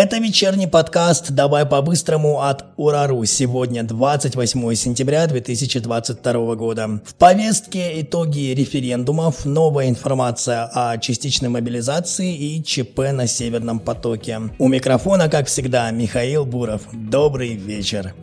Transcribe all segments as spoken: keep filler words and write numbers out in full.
Это вечерний подкаст «Давай по-быстрому» от Урару. Сегодня двадцать восьмое сентября две тысячи двадцать второго года. В повестке итоги референдумов, новая информация о частичной мобилизации и ЧП на Северном потоке. У микрофона, как всегда, Михаил Буров. Добрый вечер.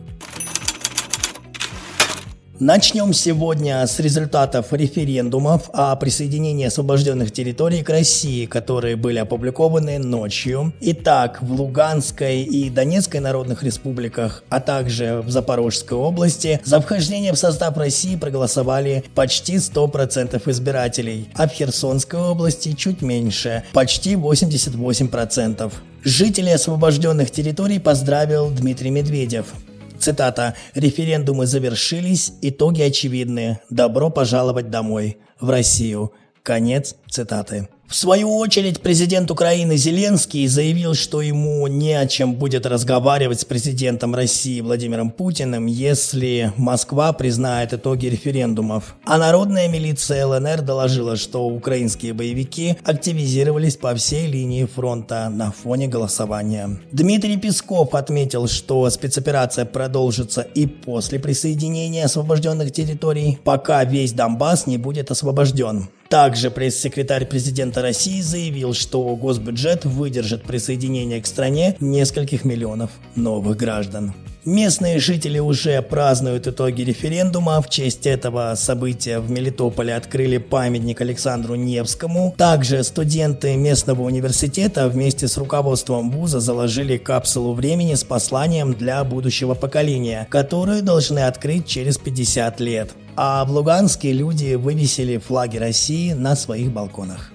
Начнем сегодня с результатов референдумов о присоединении освобожденных территорий к России, которые были опубликованы ночью. Итак, в Луганской и Донецкой народных республиках, а также в Запорожской области за вхождение в состав России проголосовали почти сто процентов избирателей, а в Херсонской области чуть меньше, почти восемьдесят восемь процентов. Жителей освобожденных территорий поздравил Дмитрий Медведев. Цитата: «Референдумы завершились, итоги очевидны. Добро пожаловать домой, в Россию». Конец цитаты. В свою очередь, президент Украины Зеленский заявил, что ему не о чем будет разговаривать с президентом России Владимиром Путиным, если Москва признает итоги референдумов. А народная милиция ЛНР доложила, что украинские боевики активизировались по всей линии фронта на фоне голосования. Дмитрий Песков отметил, что спецоперация продолжится и после присоединения освобожденных территорий, пока весь Донбасс не будет освобожден. Также пресс-секретарь президента России заявил, что госбюджет выдержит присоединение к стране нескольких миллионов новых граждан. Местные жители уже празднуют итоги референдума. В честь этого события в Мелитополе открыли памятник Александру Невскому. Также студенты местного университета вместе с руководством вуза заложили капсулу времени с посланием для будущего поколения, которую должны открыть через пятьдесят лет. А в Луганске люди вывесили флаги России на своих балконах.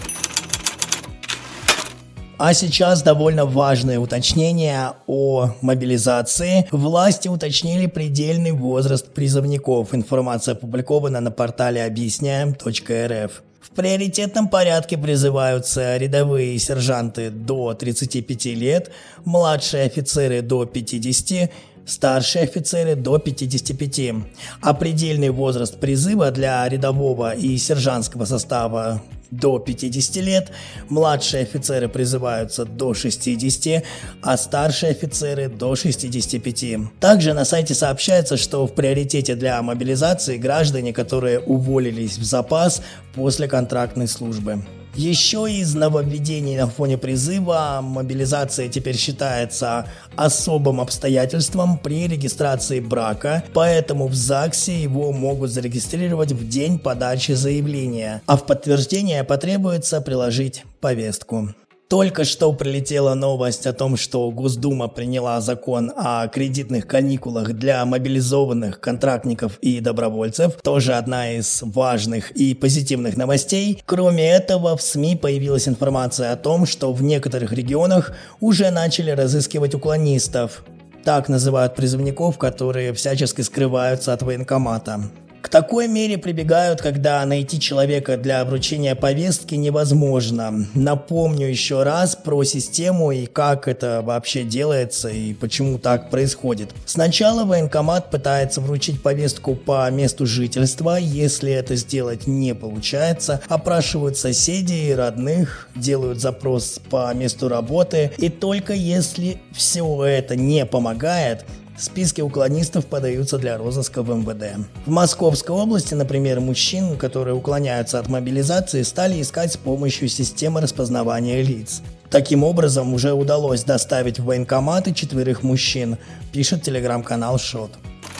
А сейчас довольно важное уточнение о мобилизации. Власти уточнили предельный возраст призывников. Информация опубликована на портале объясняем точка эр эф. В приоритетном порядке призываются рядовые сержанты до тридцати пяти лет, младшие офицеры до пятидесяти, старшие офицеры до пятидесяти пяти. А предельный возраст призыва для рядового и сержантского состава до пятидесяти лет, младшие офицеры призываются до шестидесяти, а старшие офицеры до шестидесяти пяти. Также на сайте сообщается, что в приоритете для мобилизации граждане, которые уволились в запас после контрактной службы. Еще из нововведений на фоне призыва мобилизация теперь считается особым обстоятельством при регистрации брака, поэтому в ЗАГСе его могут зарегистрировать в день подачи заявления, а в подтверждение потребуется приложить повестку. Только что прилетела новость о том, что Госдума приняла закон о кредитных каникулах для мобилизованных контрактников и добровольцев. Тоже одна из важных и позитивных новостей. Кроме этого, в СМИ появилась информация о том, что в некоторых регионах уже начали разыскивать уклонистов. Так называют призывников, которые всячески скрываются от военкомата. К такой мере прибегают, когда найти человека для вручения повестки невозможно. Напомню еще раз про систему и как это вообще делается и почему так происходит. Сначала военкомат пытается вручить повестку по месту жительства. Если это сделать не получается, опрашивают соседей и родных, делают запрос по месту работы. И только если все это не помогает, списки уклонистов подаются для розыска в эм вэ дэ. В Московской области, например, мужчин, которые уклоняются от мобилизации, стали искать с помощью системы распознавания лиц. Таким образом, уже удалось доставить в военкоматы четверых мужчин, пишет телеграм-канал Шот.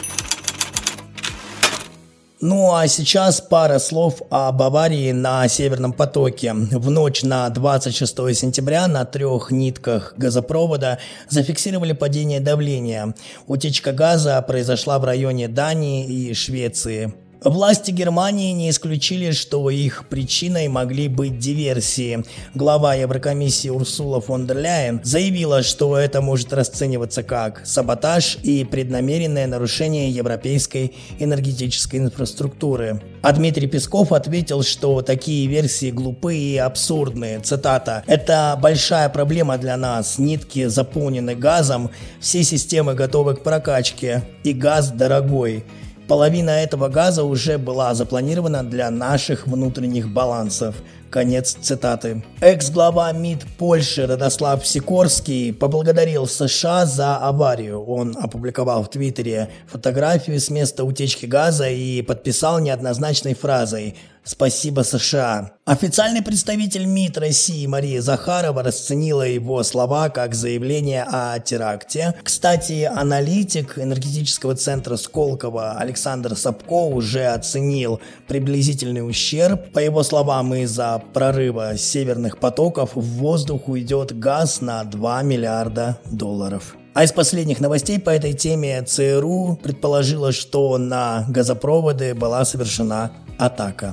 Ну а сейчас пара слов об аварии на Северном потоке. В ночь на двадцать шестое сентября на трех нитках газопровода зафиксировали падение давления. Утечка газа произошла в районе Дании и Швеции. Власти Германии не исключили, что их причиной могли быть диверсии. Глава Еврокомиссии Урсула фон дер Ляйен заявила, что это может расцениваться как саботаж и преднамеренное нарушение европейской энергетической инфраструктуры. А Дмитрий Песков ответил, что такие версии глупые и абсурдные. Цитата: «Это большая проблема для нас. Нитки заполнены газом, все системы готовы к прокачке, и газ дорогой. Половина этого газа уже была запланирована для наших внутренних балансов». Конец цитаты. Экс-глава МИД Польши Радослав Сикорский поблагодарил США за аварию. Он опубликовал в Твиттере фотографию с места утечки газа и подписал неоднозначной фразой «Спасибо, США». Официальный представитель МИД России Мария Захарова расценила его слова как заявление о теракте. Кстати, аналитик энергетического центра Сколково Александр Сапко уже оценил приблизительный ущерб. По его словам, из-за прорыва северных потоков в воздух уйдет газ на два миллиарда долларов. А из последних новостей по этой теме ЦРУ предположило, что на газопроводы была совершена атака.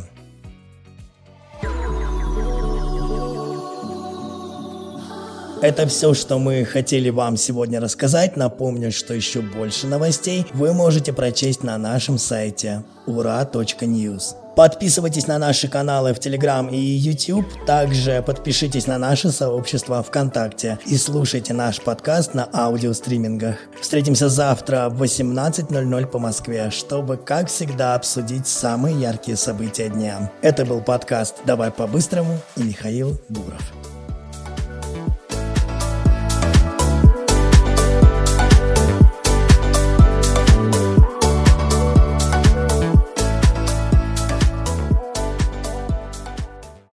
Это все, что мы хотели вам сегодня рассказать. Напомню, что еще больше новостей вы можете прочесть на нашем сайте ура точка ньюс. Подписывайтесь на наши каналы в Telegram и YouTube. Также подпишитесь на наше сообщество ВКонтакте и слушайте наш подкаст на аудиостримингах. Встретимся завтра в восемнадцать ноль ноль по Москве, чтобы, как всегда, обсудить самые яркие события дня. Это был подкаст «Давай по-быстрому» и Михаил Буров.